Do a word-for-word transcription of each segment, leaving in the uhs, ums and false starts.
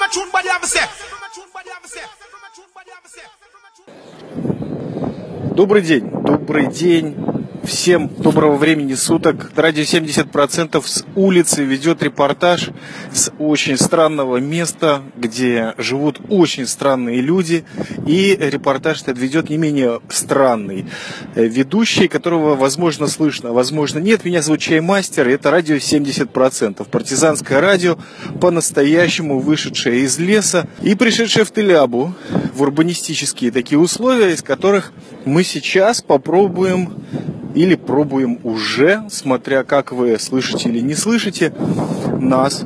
Добрый день, добрый день. Всем доброго времени суток. Радио семьдесят процентов с улицы ведет репортаж с очень странного места, где живут очень странные люди. И репортаж этот ведет не менее странный ведущий, которого, возможно, слышно, возможно, нет. Меня зовут Чаймастер, и это радио семьдесят процентов. Партизанское радио, по-настоящему вышедшее из леса и пришедшее в Тылябу, в урбанистические такие условия, из которых мы сейчас попробуем... Или пробуем уже, смотря как вы слышите или не слышите нас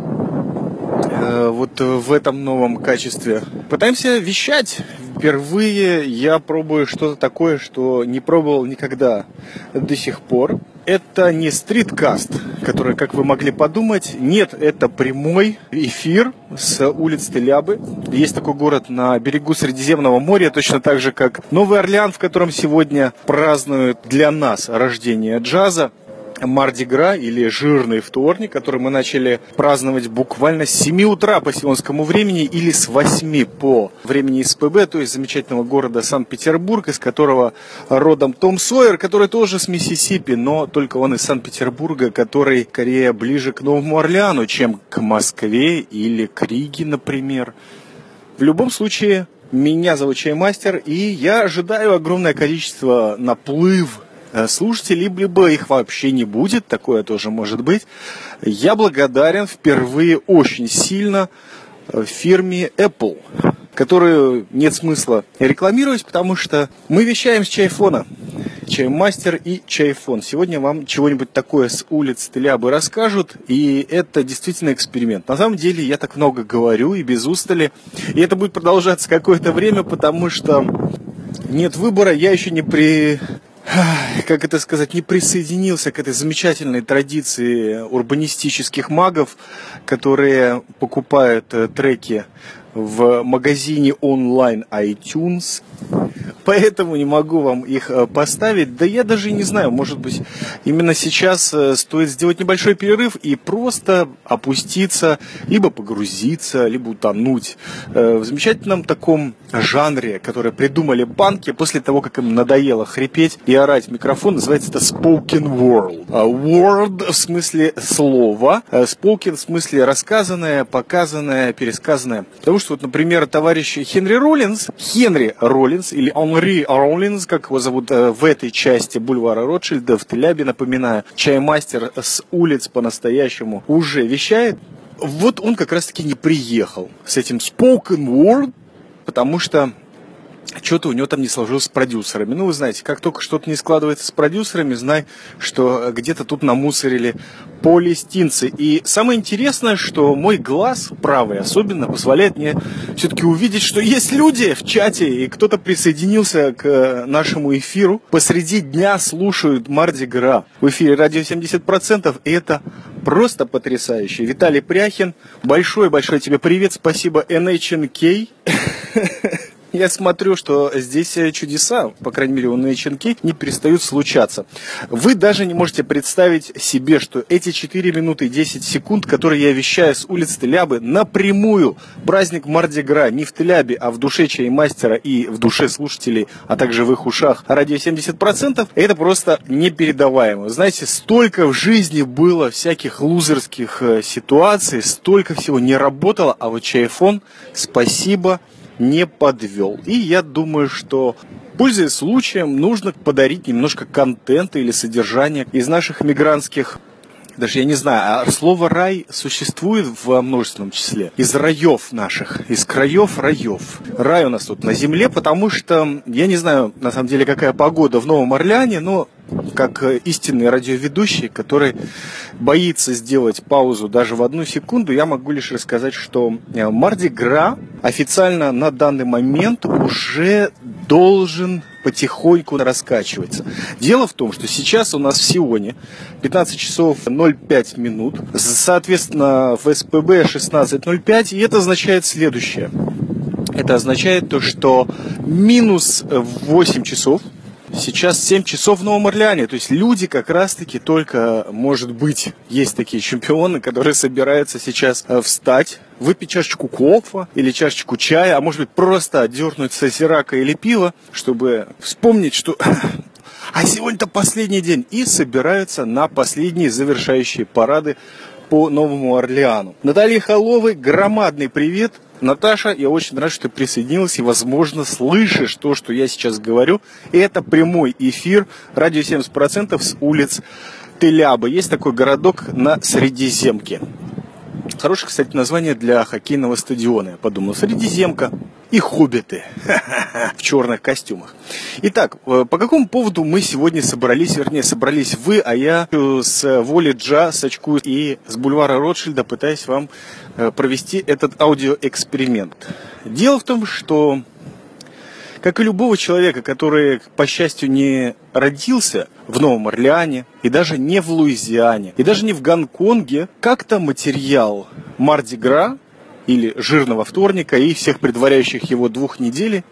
э, вот в этом новом качестве. Пытаемся вещать. Впервые я пробую что-то такое, что не пробовал никогда до сих пор. Это не стриткаст, который, как вы могли подумать. Нет, это прямой эфир с улиц Тылябы. Есть такой город на берегу Средиземного моря, точно так же, как Новый Орлеан, в котором сегодня празднуют для нас рождение джаза. Марди-Гра или жирный вторник, который мы начали праздновать буквально с семи утра по сионскому времени или с восьми по времени СПБ, то есть замечательного города Санкт-Петербург, из которого родом Том Сойер, который тоже с Миссисипи, но только он из Санкт-Петербурга, который скорее ближе к Новому Орлеану, чем к Москве или к Риге, например. В любом случае, меня зовут Чаймастер, и я ожидаю огромное количество наплыв слушателей, либо их вообще не будет, такое тоже может быть. Я благодарен впервые очень сильно фирме Apple, которую нет смысла рекламировать, потому что мы вещаем с Чайфона. Чаймастер и Чайфон. Сегодня вам чего-нибудь такое с улиц Тылябы расскажут, и это действительно эксперимент. На самом деле я так много говорю и без устали, и это будет продолжаться какое-то время, потому что нет выбора, я еще не при... как это сказать, не присоединился к этой замечательной традиции урбанистических магов, которые покупают треки в магазине онлайн iTunes. Поэтому не могу вам их поставить. Да я даже не знаю, может быть, именно сейчас стоит сделать небольшой перерыв и просто опуститься, либо погрузиться, либо утонуть в замечательном таком жанре, который придумали банки после того, как им надоело хрипеть и орать в микрофон. Называется это spoken word. Word в смысле слова, spoken в смысле рассказанное, показанное, пересказанное. Потому что, вот, например, товарищ Хенри Роллинс, Хенри Роллинс или Анри Роллинс, как его зовут в этой части бульвара Ротшильда в Тылябе, напоминаю, Чаймастер с улиц по-настоящему уже вещает. Вот он как раз-таки не приехал с этим spoken word, потому что что-то у него там не сложилось с продюсерами. Ну, вы знаете, как только что-то не складывается с продюсерами, знай, что где-то тут намусорили палестинцы. И самое интересное, что мой глаз, правый особенно, позволяет мне все-таки увидеть, что есть люди в чате, и кто-то присоединился к нашему эфиру. Посреди дня слушают Марди-Гра в эфире радио семьдесят процентов, и это просто потрясающе. Виталий Пряхин, большой-большой тебе привет, спасибо эн эйч эн кей. Я смотрю, что здесь чудеса, по крайней мере, у эн эйч эн кей не перестают случаться. Вы даже не можете представить себе, что эти четыре минуты и десять секунд, которые я вещаю с улиц Тылябы, напрямую праздник Марди-Гра не в Тылябе, а в душе Чаймастера и в душе слушателей, а также в их ушах радио семьдесят процентов, это просто непередаваемо. Знаете, столько в жизни было всяких лузерских ситуаций, столько всего не работало, а вот Чайфон, спасибо, не подвел. И я думаю, что, пользуясь случаем, нужно подарить немножко контента или содержания из наших мигрантских, даже я не знаю, а слово «рай» существует в множественном числе. Из раев наших, из краев раев. Рай у нас тут на земле, потому что, я не знаю, на самом деле, какая погода в Новом Орлеане, но как истинный радиоведущий, который боится сделать паузу даже в одну секунду, я могу лишь рассказать, что Марди-Гра официально на данный момент уже должен потихоньку раскачиваться. Дело в том, что сейчас у нас в Сионе пятнадцать часов ноль пять минут, соответственно в СПБ шестнадцать ноль пять, и это означает следующее. Это означает то, что минус восемь часов Сейчас семь часов в Новом Орлеане. То есть люди как раз-таки только, может быть, есть такие чемпионы, которые собираются сейчас встать, выпить чашечку кофе или чашечку чая, а может быть просто отдернуть с озерака или пива, чтобы вспомнить, что... А сегодня-то последний день. И собираются на последние завершающие парады по Новому Орлеану. Наталье Холовой громадный привет. Наташа, я очень рад, что ты присоединилась и, возможно, слышишь то, что я сейчас говорю. И это прямой эфир радио семьдесят процентов с улиц Телябы. Есть такой городок на Средиземке. Хорошее, кстати, название для хоккейного стадиона. Я подумал, Средиземка и хоббиты в черных костюмах. Итак, по какому поводу мы сегодня собрались, вернее, собрались вы, а я с Воли Джа, с Очку и с бульвара Ротшильда пытаюсь вам провести этот аудиоэксперимент. Дело в том, что, как и любого человека, который, по счастью, не родился в Новом Орлеане, и даже не в Луизиане, и даже не в Гонконге, как-то материал Марди Гра, или Жирного вторника, и всех предваряющих его двух недель,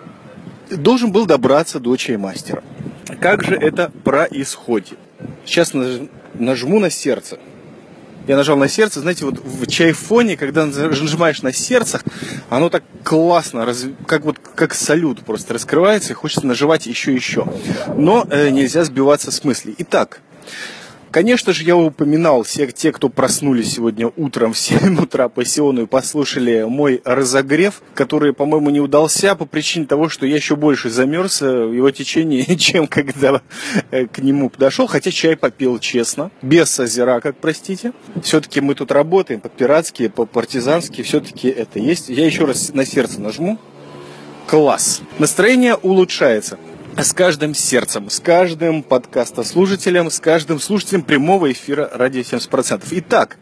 должен был добраться до чаймастера. Как же это происходит? Сейчас нажму на сердце. Я нажал на сердце, знаете, вот в чайфоне, когда нажимаешь на сердце, оно так классно, как вот как салют просто раскрывается, и хочется нажимать еще и еще. Но э, нельзя сбиваться с мыслей. Итак, конечно же, я упоминал всех те, кто проснулись сегодня утром в семь утра по Сиону и послушали мой разогрев, который, по-моему, не удался по причине того, что я еще больше замерз в его течении, чем когда к нему подошел. Хотя чай попил честно, без озерака, простите. Все-таки мы тут работаем по-пиратски, по-партизански, все-таки это есть. Я еще раз на сердце нажму. Класс. Настроение улучшается. С каждым сердцем, с каждым подкастослушателем, с каждым слушателем прямого эфира радио семьдесят процентов. Итак,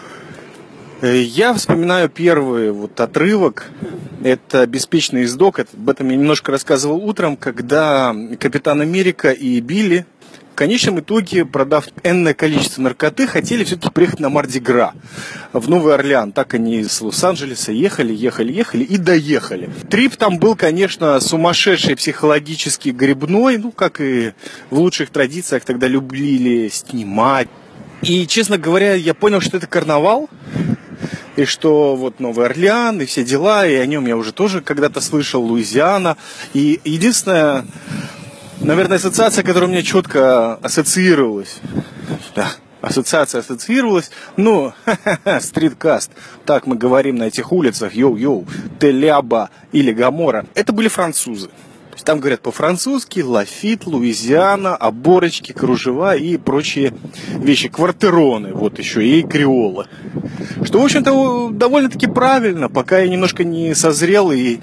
я вспоминаю первый вот отрывок. Это «Беспечный ездок». Об этом я немножко рассказывал утром, когда Капитан Америка и Билли в конечном итоге, продав энное количество наркоты, хотели все-таки приехать на Марди Гра в Новый Орлеан. Так они из Лос-Анджелеса ехали, ехали, ехали и доехали. Трип там был, конечно, сумасшедший, психологически грибной, ну, как и в лучших традициях тогда любили снимать. И, честно говоря, я понял, что это карнавал, и что вот Новый Орлеан, и все дела, и о нем я уже тоже когда-то слышал, Луизиана. И единственное... Наверное, ассоциация, которая у меня четко ассоциировалась. Да, ассоциация ассоциировалась. Ну, стриткаст. Так мы говорим на этих улицах. Йоу-йоу, Теляба или Гамора. Это были французы. Там говорят по-французски: Лафит, Луизиана, оборочки, кружева и прочие вещи. Квартироны, вот еще, и креолы. Что, в общем-то, довольно-таки правильно, пока я немножко не созрел и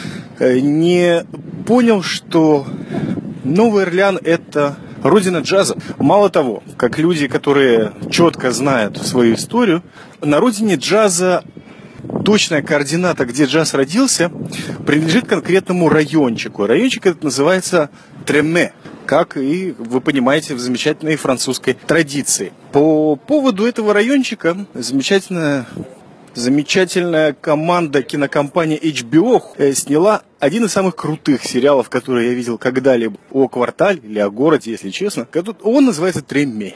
не понял, что Новый Орлеан – это родина джаза. Мало того, как люди, которые четко знают свою историю, на родине джаза точная координата, где джаз родился, принадлежит конкретному райончику. Райончик этот называется Треме, как и, вы понимаете, в замечательной французской традиции. По поводу этого райончика замечательная... Замечательная команда кинокомпании эйч би о сняла один из самых крутых сериалов, которые я видел когда-либо о квартале или о городе, если честно. Он называется «Треме».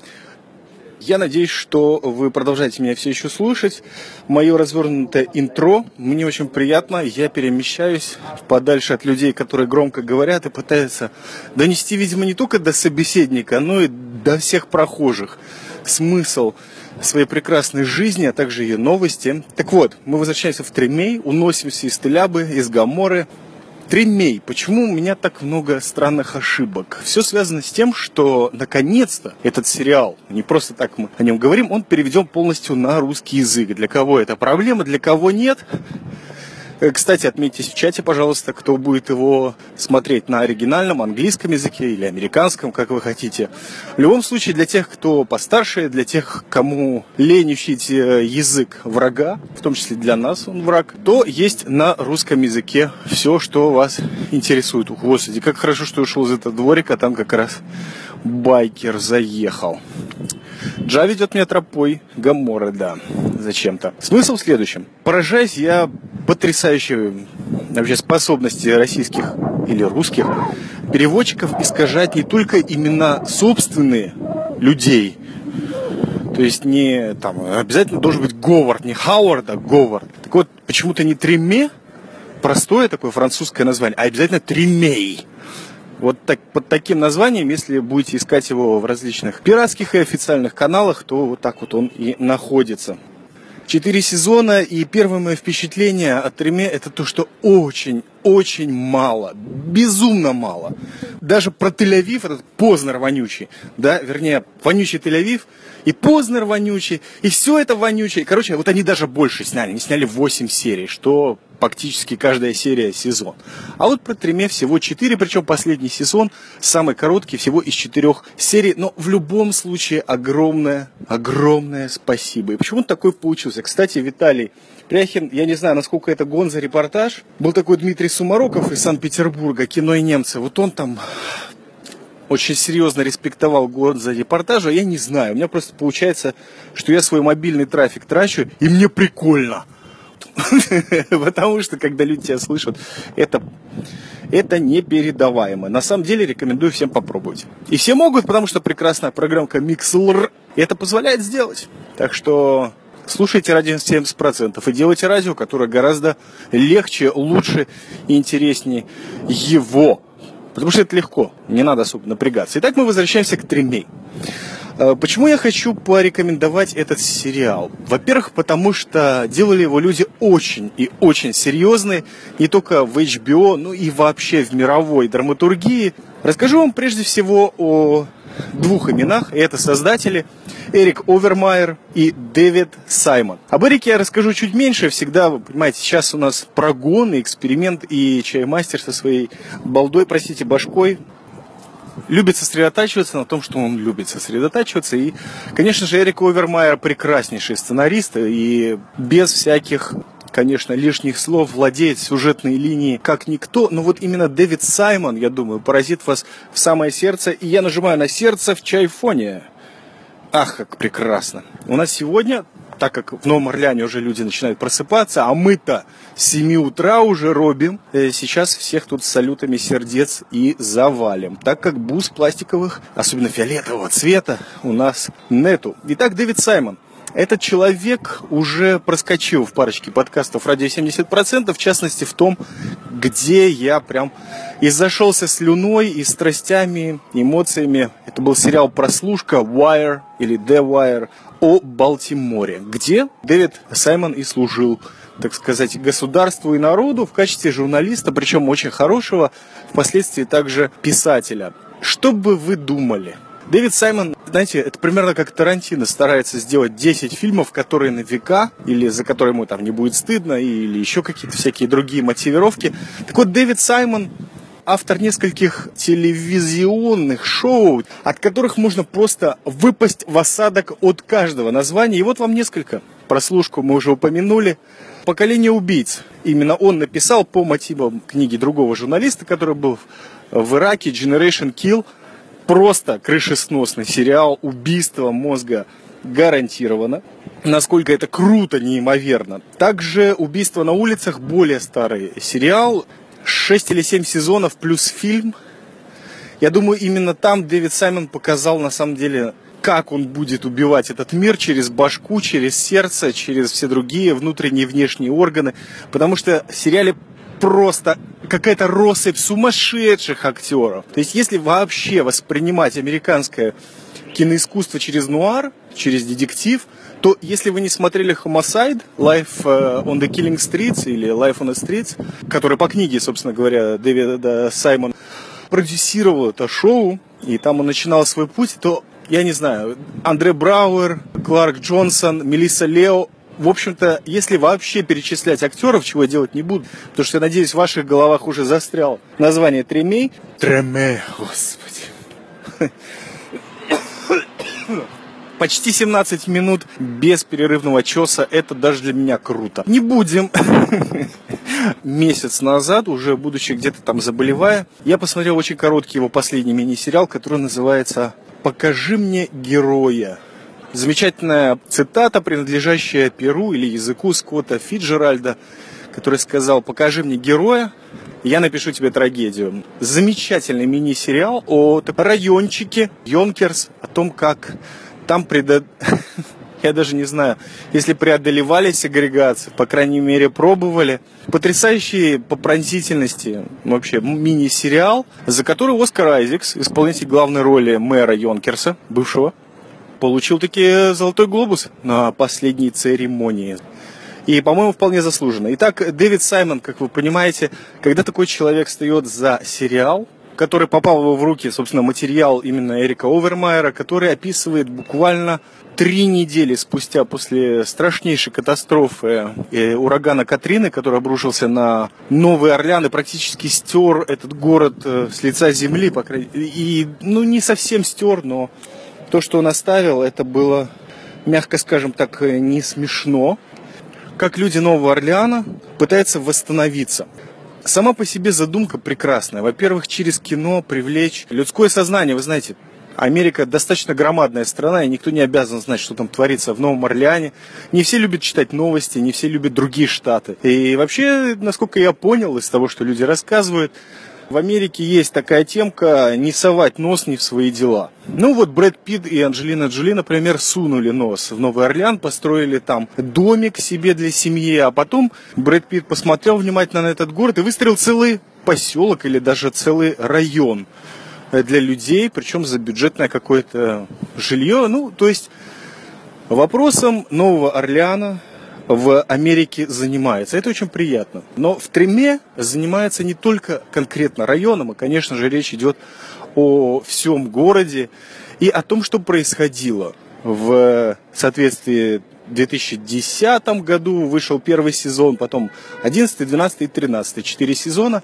Я надеюсь, что вы продолжаете меня все еще слушать. Мое развернутое интро мне очень приятно. Я перемещаюсь подальше от людей, которые громко говорят и пытаются донести, видимо, не только до собеседника, но и до всех прохожих смысл своей прекрасной жизни, а также ее новости. Так вот, мы возвращаемся в Тремей, уносимся из Телябы, из Гаморы. Тремей. Почему у меня так много странных ошибок? Все связано с тем, что наконец-то этот сериал, не просто так мы о нем говорим, он переведен полностью на русский язык. Для кого это проблема, для кого нет? Кстати, отметьтесь в чате, пожалуйста, кто будет его смотреть на оригинальном английском языке или американском, как вы хотите. В любом случае, для тех, кто постарше, для тех, кому лень учить язык врага, в том числе для нас он враг, то есть на русском языке все, что вас интересует. Господи, как хорошо, что ушел из этого дворика, там как раз байкер заехал. Джа ведет меня тропой Гаморы, да, зачем-то. Смысл в следующем. Поражаюсь я потрясающей вообще способности российских или русских переводчиков искажать не только имена собственные людей, то есть не там обязательно должен быть Говард, не Хауард, а Говард. Так вот, почему-то не Треме, простое такое французское название, а обязательно Тремей. Вот так, под таким названием, если будете искать его в различных пиратских и официальных каналах, то вот так вот он и находится. Четыре сезона, и первое мое впечатление от Треме — это то, что очень-очень мало, безумно мало. Даже про Тель-Авив, этот Познер вонючий, да, вернее, вонючий Тель-Авив, и Познер вонючий, и все это вонючее. Короче, вот они даже больше сняли, они сняли восемь серий, что практически каждая серия сезон. А вот про Треме всего четыре, причем последний сезон самый короткий, всего из четырех серий. Но в любом случае огромное, огромное спасибо. И почему он такой получился? Кстати, Виталий Пряхин, я не знаю, насколько это гонза-репортаж. Был такой Дмитрий Сумароков из Санкт-Петербурга, кино и немцы. Вот он там очень серьезно респектовал гонза-репортажа. Я не знаю, у меня просто получается, что я свой мобильный трафик трачу, и мне прикольно. Потому что, когда люди тебя слышат, это, это непередаваемо. На самом деле, рекомендую всем попробовать. И все могут, потому что прекрасная программка Mixlr это позволяет сделать. Так что слушайте радио семьдесят процентов и делайте радио, которое гораздо легче, лучше и интереснее его. Потому что это легко, не надо особо напрягаться. Итак, мы возвращаемся к Треме. Почему я хочу порекомендовать этот сериал? Во-первых, потому что делали его люди очень и очень серьезные, не только в эйч би о, но и вообще в мировой драматургии. Расскажу вам прежде всего о двух именах, и это создатели Эрик Овермайер и Дэвид Саймон. Об Эрике я расскажу чуть меньше, всегда, вы понимаете, сейчас у нас прогон, и эксперимент, и чаймастер со своей балдой, простите, башкой любит сосредотачиваться на том, что он любит сосредотачиваться. И, конечно же, Эрик Овермайер прекраснейший сценарист и без всяких, конечно, лишних слов владеет сюжетной линией как никто. Но вот именно Дэвид Саймон, я думаю, поразит вас в самое сердце. И я нажимаю на сердце в чайфоне. Ах, как прекрасно. У нас сегодня, так как в Новом Орлеане уже люди начинают просыпаться, а мы-то с семи утра уже робим, сейчас всех тут с салютами сердец и завалим, так как бус пластиковых, особенно фиолетового цвета, у нас нету. Итак, Дэвид Саймон. Этот человек уже проскочил в парочке подкастов радио семьдесят процентов, в частности в том, где я прям и зашелся слюной, и страстями, эмоциями. Это был сериал «Прослушка» Wire или The Wire о Балтиморе, где Дэвид Саймон и служил, так сказать, государству и народу в качестве журналиста, причем очень хорошего, впоследствии также писателя. Что бы вы думали? Дэвид Саймон, знаете, это примерно как Тарантино старается сделать десять фильмов, которые на века, или за которые ему там не будет стыдно, или еще какие-то всякие другие мотивировки. Так вот, Дэвид Саймон автор нескольких телевизионных шоу, от которых можно просто выпасть в осадок от каждого названия. И вот вам несколько. «Прослушку» мы уже упомянули. «Поколение убийц». Именно он написал по мотивам книги другого журналиста, который был в Ираке, «Generation Kill». Просто крышесносный сериал, убийство мозга гарантировано. Насколько это круто, неимоверно. Также «Убийство на улицах», более старый сериал. шесть или семь сезонов плюс фильм. Я думаю, именно там Дэвид Саймон показал на самом деле, как он будет убивать этот мир через башку, через сердце, через все другие внутренние и внешние органы. Потому что в сериале просто какая-то россыпь сумасшедших актеров. То есть, если вообще воспринимать американское киноискусство через нуар, через детектив, то если вы не смотрели Homicide, Life on the Killing Streets или Life on the Streets, который по книге, собственно говоря, Дэвида Саймона продюсировал это шоу, и там он начинал свой путь, то, я не знаю, Андре Брауэр, Кларк Джонсон, Мелисса Лео, в общем-то, если вообще перечислять актеров, чего я делать не буду, потому что, я надеюсь, в ваших головах уже застрял название Треме. Треме, господи. Почти семнадцать минут без перерывного чеса, это даже для меня круто. Не будем. Месяц назад, уже будучи где-то там заболевая, я посмотрел очень короткий его последний мини-сериал, который называется «Покажи мне героя». Замечательная цитата, принадлежащая перу или языку Скотта Фицджеральда, который сказал: «Покажи мне героя, я напишу тебе трагедию. Замечательный мини-сериал о райончике Йонкерс, о том, как там предо... Я даже не знаю, если преодолевали сегрегацию, по крайней мере, пробовали. Потрясающий по пронзительности вообще мини-сериал, за который Оскар Айзекс, исполнитель главной роли мэра Йонкерса, бывшего, получил таки «Золотой глобус» на последней церемонии. И, по-моему, вполне заслуженно. Итак, Дэвид Саймон, как вы понимаете, когда такой человек встает за сериал, который попал его в руки, собственно, материал именно Эрика Овермайера, который описывает буквально три недели спустя после страшнейшей катастрофы э, урагана Катрины, который обрушился на Новый Орлеан и практически стер этот город э, с лица земли, по крайней мере, и, ну, не совсем стер, но то, что он оставил, это было, мягко скажем так, не смешно. Как люди Нового Орлеана пытаются восстановиться. Сама по себе задумка прекрасная. Во-первых, через кино привлечь людское сознание. Вы знаете, Америка достаточно громадная страна, и никто не обязан знать, что там творится в Новом Орлеане. Не все любят читать новости, не все любят другие штаты. И вообще, насколько я понял из того, что люди рассказывают, в Америке есть такая темка не совать нос не в свои дела. Ну вот Брэд Питт и Анджелина Джоли, например, сунули нос в Новый Орлеан, построили там домик себе для семьи, а потом Брэд Питт посмотрел внимательно на этот город и выстроил целый поселок или даже целый район для людей, причем за бюджетное какое-то жилье. Ну, то есть вопросом Нового Орлеана в Америке занимается. Это очень приятно. Но в Триме занимается не только конкретно районом, и, конечно же, речь идет о всем городе и о том, что происходило. В соответствии в две тысячи десятом году вышел первый сезон, потом одиннадцатый, двенадцатый и тринадцатый. Четыре сезона.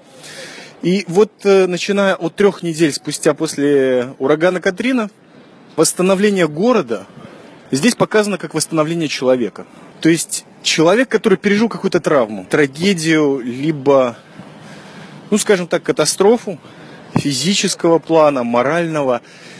И вот начиная от трех недель спустя после урагана Катрина, восстановление города здесь показано как восстановление человека. То есть человек, который пережил какую-то травму, трагедию, либо, ну, скажем так, катастрофу физического плана, морального.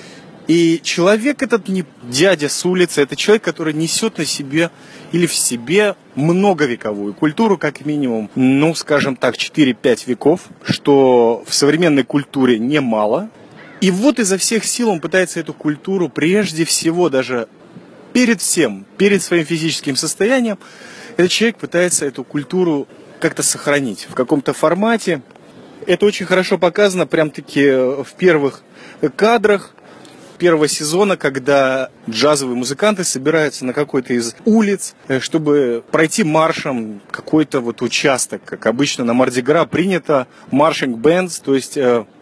И человек этот не дядя с улицы, это человек, который несет на себе или в себе многовековую культуру, как минимум, ну, скажем так, четыре-пять веков, что в современной культуре немало. И вот изо всех сил он пытается эту культуру прежде всего даже перед всем, перед своим физическим состоянием, этот человек пытается эту культуру как-то сохранить в каком-то формате. Это очень хорошо показано прям-таки в первых кадрах первого сезона, когда джазовые музыканты собираются на какой-то из улиц, чтобы пройти маршем какой-то вот участок. Как обычно на Марди-Гра принято маршинг бэндс, то есть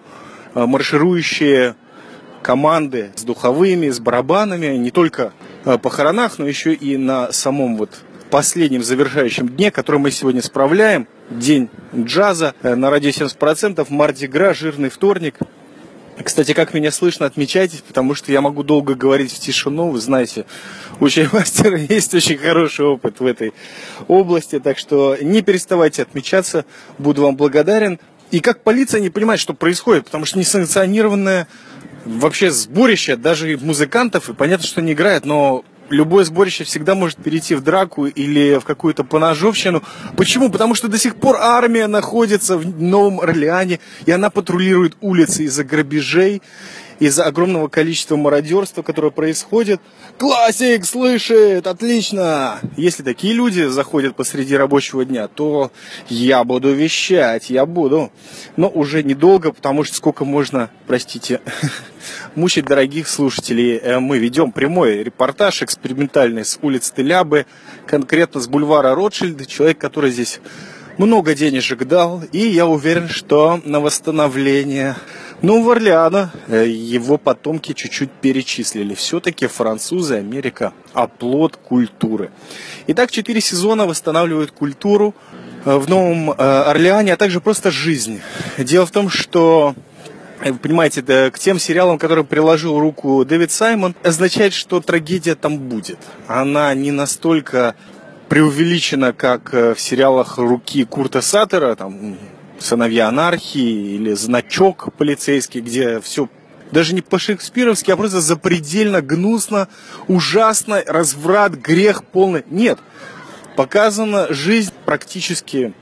марширующие команды с духовыми, с барабанами, не только на похоронах, но еще и на самом вот последнем завершающем дне, который мы сегодня справляем, день джаза на радио семьдесят процентов, Марди-Гра, жирный вторник. Кстати, как меня слышно, отмечайтесь, потому что я могу долго говорить в тишину. Вы знаете, у чаймастера есть очень хороший опыт в этой области, так что не переставайте отмечаться, буду вам благодарен. И как полиция не понимает, что происходит, потому что несанкционированное вообще сборище, даже музыкантов, и понятно, что не играет, но любое сборище всегда может перейти в драку или в какую-то поножовщину. Почему? Потому что до сих пор армия находится в Новом Орлеане, и она патрулирует улицы из-за грабежей, из-за огромного количества мародерства, которое происходит. Классик слышит, отлично! Если такие люди заходят посреди рабочего дня, то я буду вещать, я буду. Но уже недолго, потому что сколько можно, простите, мучить дорогих слушателей. Мы ведем прямой репортаж экспериментальный с улицы Телябы, конкретно с бульвара Ротшильд. Человек, который здесь много денежек дал, и я уверен, что на восстановление Нового Орлеана его потомки чуть-чуть перечислили. Все-таки французы, Америка – оплот культуры. Итак, четыре сезона восстанавливают культуру в Новом Орлеане, а также просто жизнь. Дело в том, что, вы понимаете, к тем сериалам, которые приложил руку Дэвид Саймон, означает, что трагедия там будет. Она не настолько преувеличена, как в сериалах руки Курта Саттера, там «Сыновья анархии» или «Значок полицейский», где все даже не по-шекспировски, а просто запредельно гнусно, ужасно, разврат, грех полный. Нет, показана жизнь практически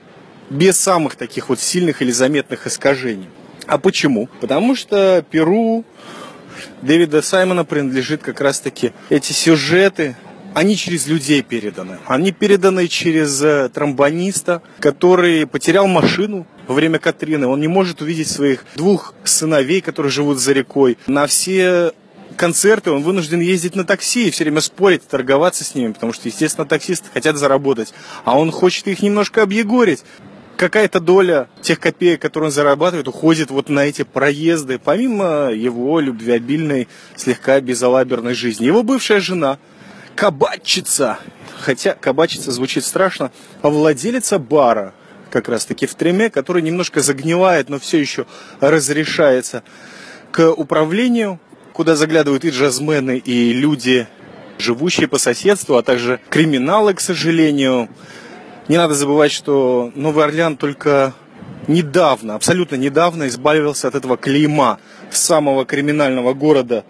без самых таких вот сильных или заметных искажений. А почему? Потому что Перу Дэвида Саймона принадлежит как раз-таки эти сюжеты, они через людей переданы. Они переданы через тромбониста, который потерял машину во время Катрины. Он не может увидеть своих двух сыновей, которые живут за рекой. На все концерты он вынужден ездить на такси и все время спорить, торговаться с ними, потому что, естественно, таксисты хотят заработать, а он хочет их немножко объегорить. Какая-то доля тех копеек, которые он зарабатывает, уходит вот на эти проезды, помимо его любвеобильной, слегка безалаберной жизни. Его бывшая жена, кабачица, хотя кабачица звучит страшно, а владелица бара, как раз таки в Треме, который немножко загнивает, но все еще разрешается к управлению, куда заглядывают и джазмены, и люди, живущие по соседству, а также криминалы, к сожалению. Не надо забывать, что Новый Орлеан только недавно, абсолютно недавно избавился от этого клейма самого криминального города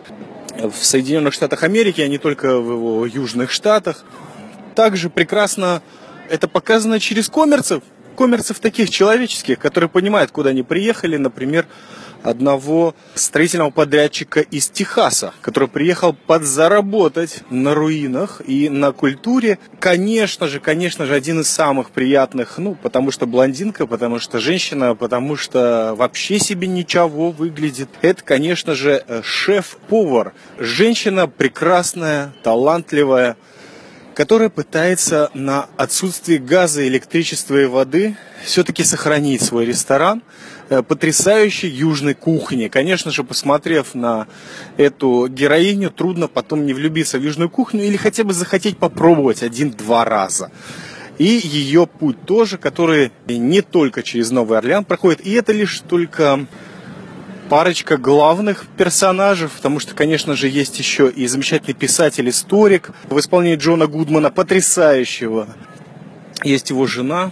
в Соединенных Штатах Америки, а не только в его южных штатах. Также прекрасно это показано через коммерцев, коммерцев таких человеческих, которые понимают, куда они приехали, например, одного строительного подрядчика из Техаса, который приехал подзаработать на руинах и на культуре. Конечно же, конечно же, один из самых приятных, ну, потому что блондинка, потому что женщина, потому что вообще себе ничего выглядит. Это, конечно же, шеф-повар. Женщина прекрасная, талантливая, которая пытается на отсутствии газа, электричества и воды все-таки сохранить свой ресторан потрясающей южной кухни. Конечно же, посмотрев на эту героиню, трудно потом не влюбиться в южную кухню или хотя бы захотеть попробовать один-два раза. И ее путь тоже, который не только через Новый Орлеан проходит, и это лишь только парочка главных персонажей, потому что, конечно же, есть еще и замечательный писатель-историк в исполнении Джона Гудмана, потрясающего. Есть его жена,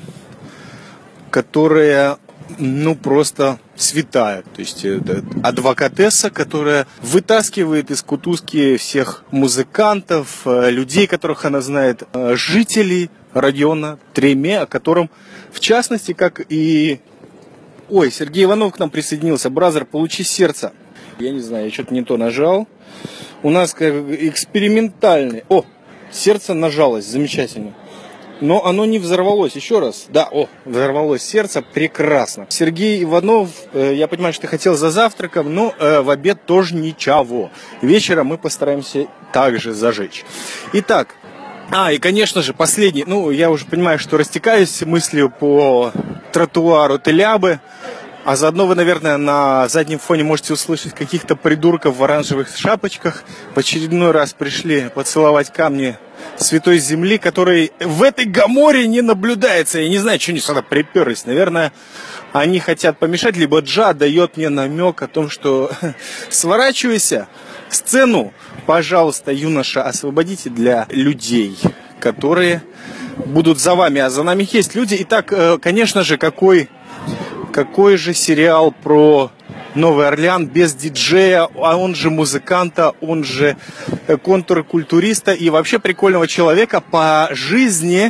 которая, ну, просто святая. То есть это адвокатесса, которая вытаскивает из кутузки всех музыкантов, людей, которых она знает, жителей района Треме, о котором, в частности, как и... Ой, Сергей Иванов к нам присоединился. Бразер, получи сердце. Я не знаю, я что-то не то нажал. У нас как экспериментальный... О, сердце нажалось, замечательно. Но оно не взорвалось. Еще раз. Да, о, взорвалось сердце. Прекрасно. Сергей Иванов, э, я понимаю, что ты хотел за завтраком, но э, в обед тоже ничего. Вечером мы постараемся также зажечь. Итак, а, и, конечно же, последний, ну, я уже понимаю, что растекаюсь мыслью по тротуару Телябы, а заодно вы, наверное, на заднем фоне можете услышать каких-то придурков в оранжевых шапочках. В очередной раз пришли поцеловать камни Святой Земли, который в этой Гоморе не наблюдается. Я не знаю, что они сюда приперлись. Наверное, они хотят помешать, либо Джа дает мне намек о том, что сворачивайся, сцену, пожалуйста, юноша, освободите для людей, которые будут за вами, а за нами есть люди. Итак, конечно же, какой, какой же сериал про Новый Орлеан без диджея, а он же музыканта, он же контркультуриста и вообще прикольного человека по жизни.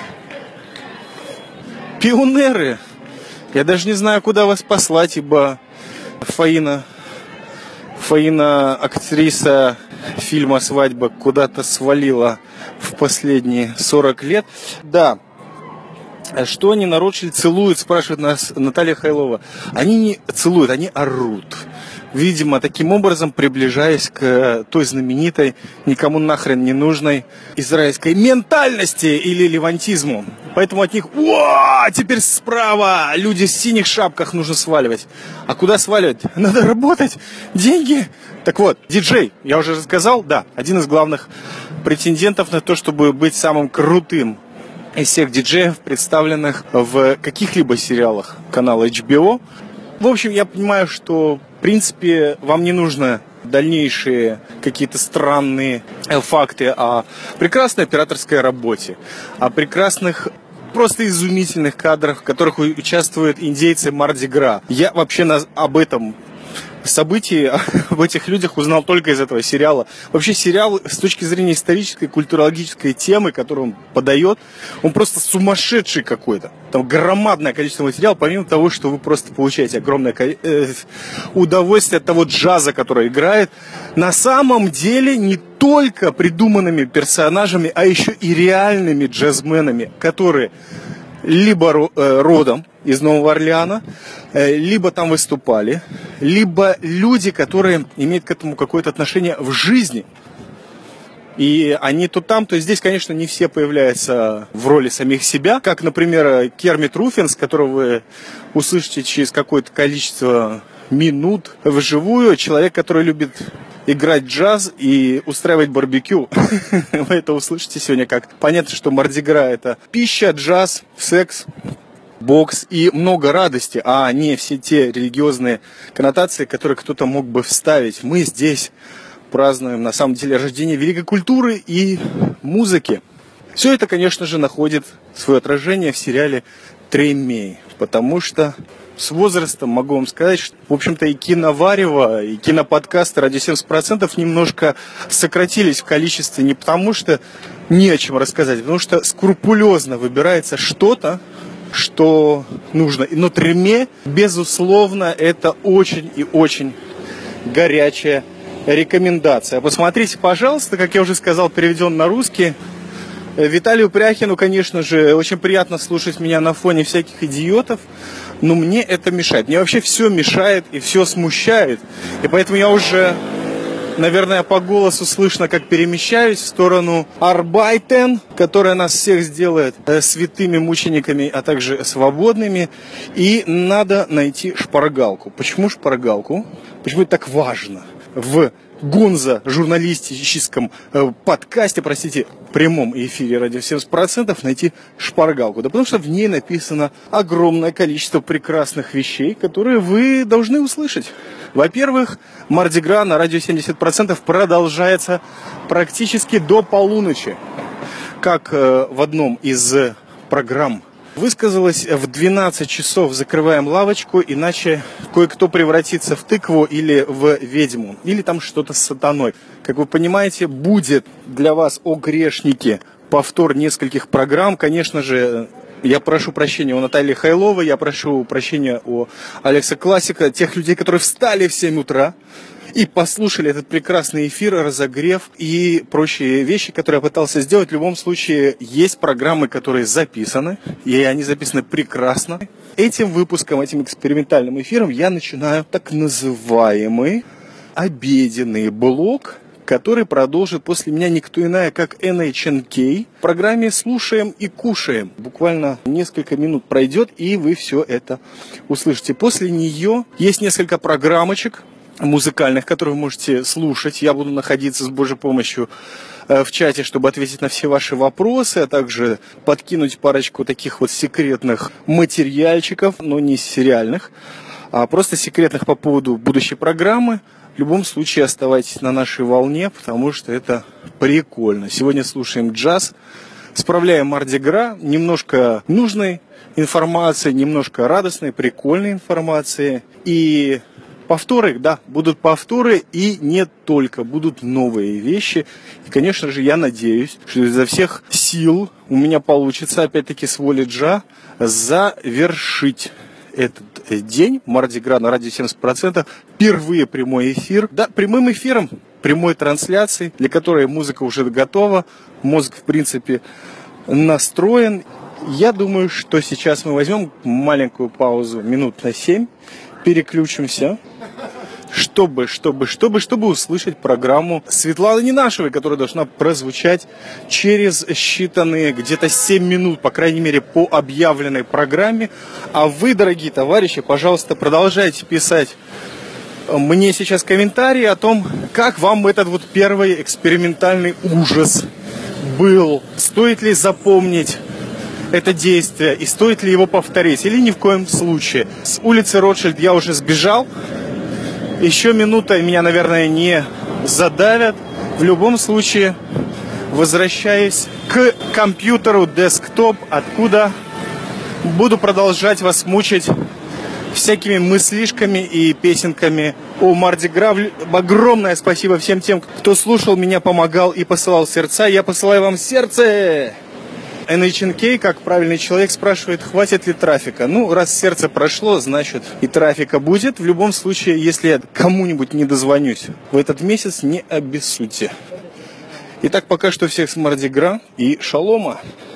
Пионеры. Я даже не знаю, куда вас послать, ибо Фаина, Фаина, актриса фильма «Свадьба», куда-то свалила в последние сорок лет. Да. Что они на Ротшильд целуют, спрашивает нас Наталья Хайлова. Они не целуют, они орут. Видимо, таким образом приближаясь к той знаменитой, никому нахрен не нужной израильской ментальности или левантизму. Поэтому от них: «О, теперь справа! Люди в синих шапках, нужно сваливать». А куда сваливать? Надо работать, деньги. Так вот, диджей, я уже рассказал, да, один из главных претендентов на то, чтобы быть самым крутым из всех диджеев, представленных в каких-либо сериалах канала эйч би о. В общем, я понимаю, что, в принципе, вам не нужно дальнейшие какие-то странные факты о прекрасной операторской работе, о прекрасных, просто изумительных кадрах, в которых участвуют индейцы Марди Гра. Я вообще на, об этом событий об этих людях узнал только из этого сериала. Вообще сериал с точки зрения исторической, культурологической темы, которую он подает, он просто сумасшедший какой-то. Там громадное количество материала, помимо того, что вы просто получаете огромное э, удовольствие от того джаза, который играет. На самом деле не только придуманными персонажами, а еще и реальными джазменами, которые либо э, родом из Нового Орлеана, э, либо там выступали, либо люди, которые имеют к этому какое-то отношение в жизни. И они то там, то здесь, конечно, не все появляются в роли самих себя. Как, например, Кермит Руфинс, которого вы услышите через какое-то количество минут вживую. Человек, который любит играть джаз и устраивать барбекю. Вы это услышите сегодня как. Понятно, что Мардигра — это пища, джаз, секс, бокс и много радости, а не все те религиозные коннотации, которые кто-то мог бы вставить. Мы здесь празднуем, на самом деле, рождение великой культуры и музыки. Все это, конечно же, находит свое отражение в сериале «Тремей», потому что с возрастом могу вам сказать, что, в общем-то, и киноварево, и киноподкасты «Радио семьдесят процентов» немножко сократились в количестве не потому, что не о чем рассказать, а потому что скрупулезно выбирается что-то, что нужно. Но «Треме», безусловно, это очень и очень горячая рекомендация. Посмотрите, пожалуйста, как я уже сказал, переведен на русский. Виталию Пряхину, конечно же, очень приятно слушать меня на фоне всяких идиотов, но мне это мешает. Мне вообще все мешает и все смущает. И поэтому я уже, наверное, по голосу слышно, как перемещаюсь в сторону Арбайтен, которая нас всех сделает святыми мучениками, а также свободными. И надо найти шпаргалку. Почему шпаргалку? Почему это так важно? В Гонзо журналистическом э, подкасте, простите, прямом эфире «Радио семьдесят процентов» найти шпаргалку. Да потому что в ней написано огромное количество прекрасных вещей, которые вы должны услышать. Во-первых, Мардигра на «Радио семьдесят процентов» продолжается практически до полуночи. Как э, в одном из программ высказалось: в двенадцать часов закрываем лавочку, иначе кое-кто превратится в тыкву или в ведьму, или там что-то с сатаной. Как вы понимаете, будет для вас, о грешники, повтор нескольких программ. Конечно же, я прошу прощения у Натальи Хайловой, я прошу прощения у Алекса Классика, тех людей, которые встали в семь утра и послушали этот прекрасный эфир, разогрев и прочие вещи, которые я пытался сделать. В любом случае, есть программы, которые записаны, и они записаны прекрасно. Этим выпуском, этим экспериментальным эфиром я начинаю так называемый обеденный блок, который продолжит после меня никто иная, как эн эйч эн кей. В программе «Слушаем и кушаем». Буквально несколько минут пройдет, и вы все это услышите. После нее есть несколько программочек музыкальных, которые вы можете слушать. Я буду находиться с Божьей помощью в чате, чтобы ответить на все ваши вопросы, а также подкинуть парочку таких вот секретных материальчиков, но не сериальных, а просто секретных по поводу будущей программы. В любом случае оставайтесь на нашей волне, потому что это прикольно. Сегодня слушаем джаз, справляем Мардигра, немножко нужной информации, немножко радостной, прикольной информации. И повторы, да, будут повторы, и не только, будут новые вещи. И, конечно же, я надеюсь, что изо всех сил у меня получится, опять-таки, с воли Джа, завершить этот день Мардигра на «Радио семьдесят процентов». Впервые прямой эфир. Да, прямым эфиром, прямой трансляцией, для которой музыка уже готова. Мозг, в принципе, настроен. Я думаю, что сейчас мы возьмем маленькую паузу, минут на семь, переключимся, чтобы, чтобы, чтобы, чтобы услышать программу Светланы Ненашевой, которая должна прозвучать через считанные где-то семь минут, по крайней мере, по объявленной программе. А вы, дорогие товарищи, пожалуйста, продолжайте писать мне сейчас комментарии о том, как вам этот вот первый экспериментальный ужас был. Стоит ли запомнить это действие и стоит ли его повторить, или ни в коем случае. С улицы Ротшильд я уже сбежал. Еще минута, и меня, наверное, не задавят. В любом случае, возвращаюсь к компьютеру десктоп, откуда буду продолжать вас мучить всякими мыслишками и песенками о Марди Гра. Огромное спасибо всем тем, кто слушал меня, помогал и посылал сердца. Я посылаю вам сердце! эн эйч эн кей, как правильный человек, спрашивает, хватит ли трафика. Ну, раз сердце прошло, значит и трафика будет. В любом случае, если я кому-нибудь не дозвонюсь в этот месяц, не обессудьте. Итак, пока что всех с Марди Гра и шалома.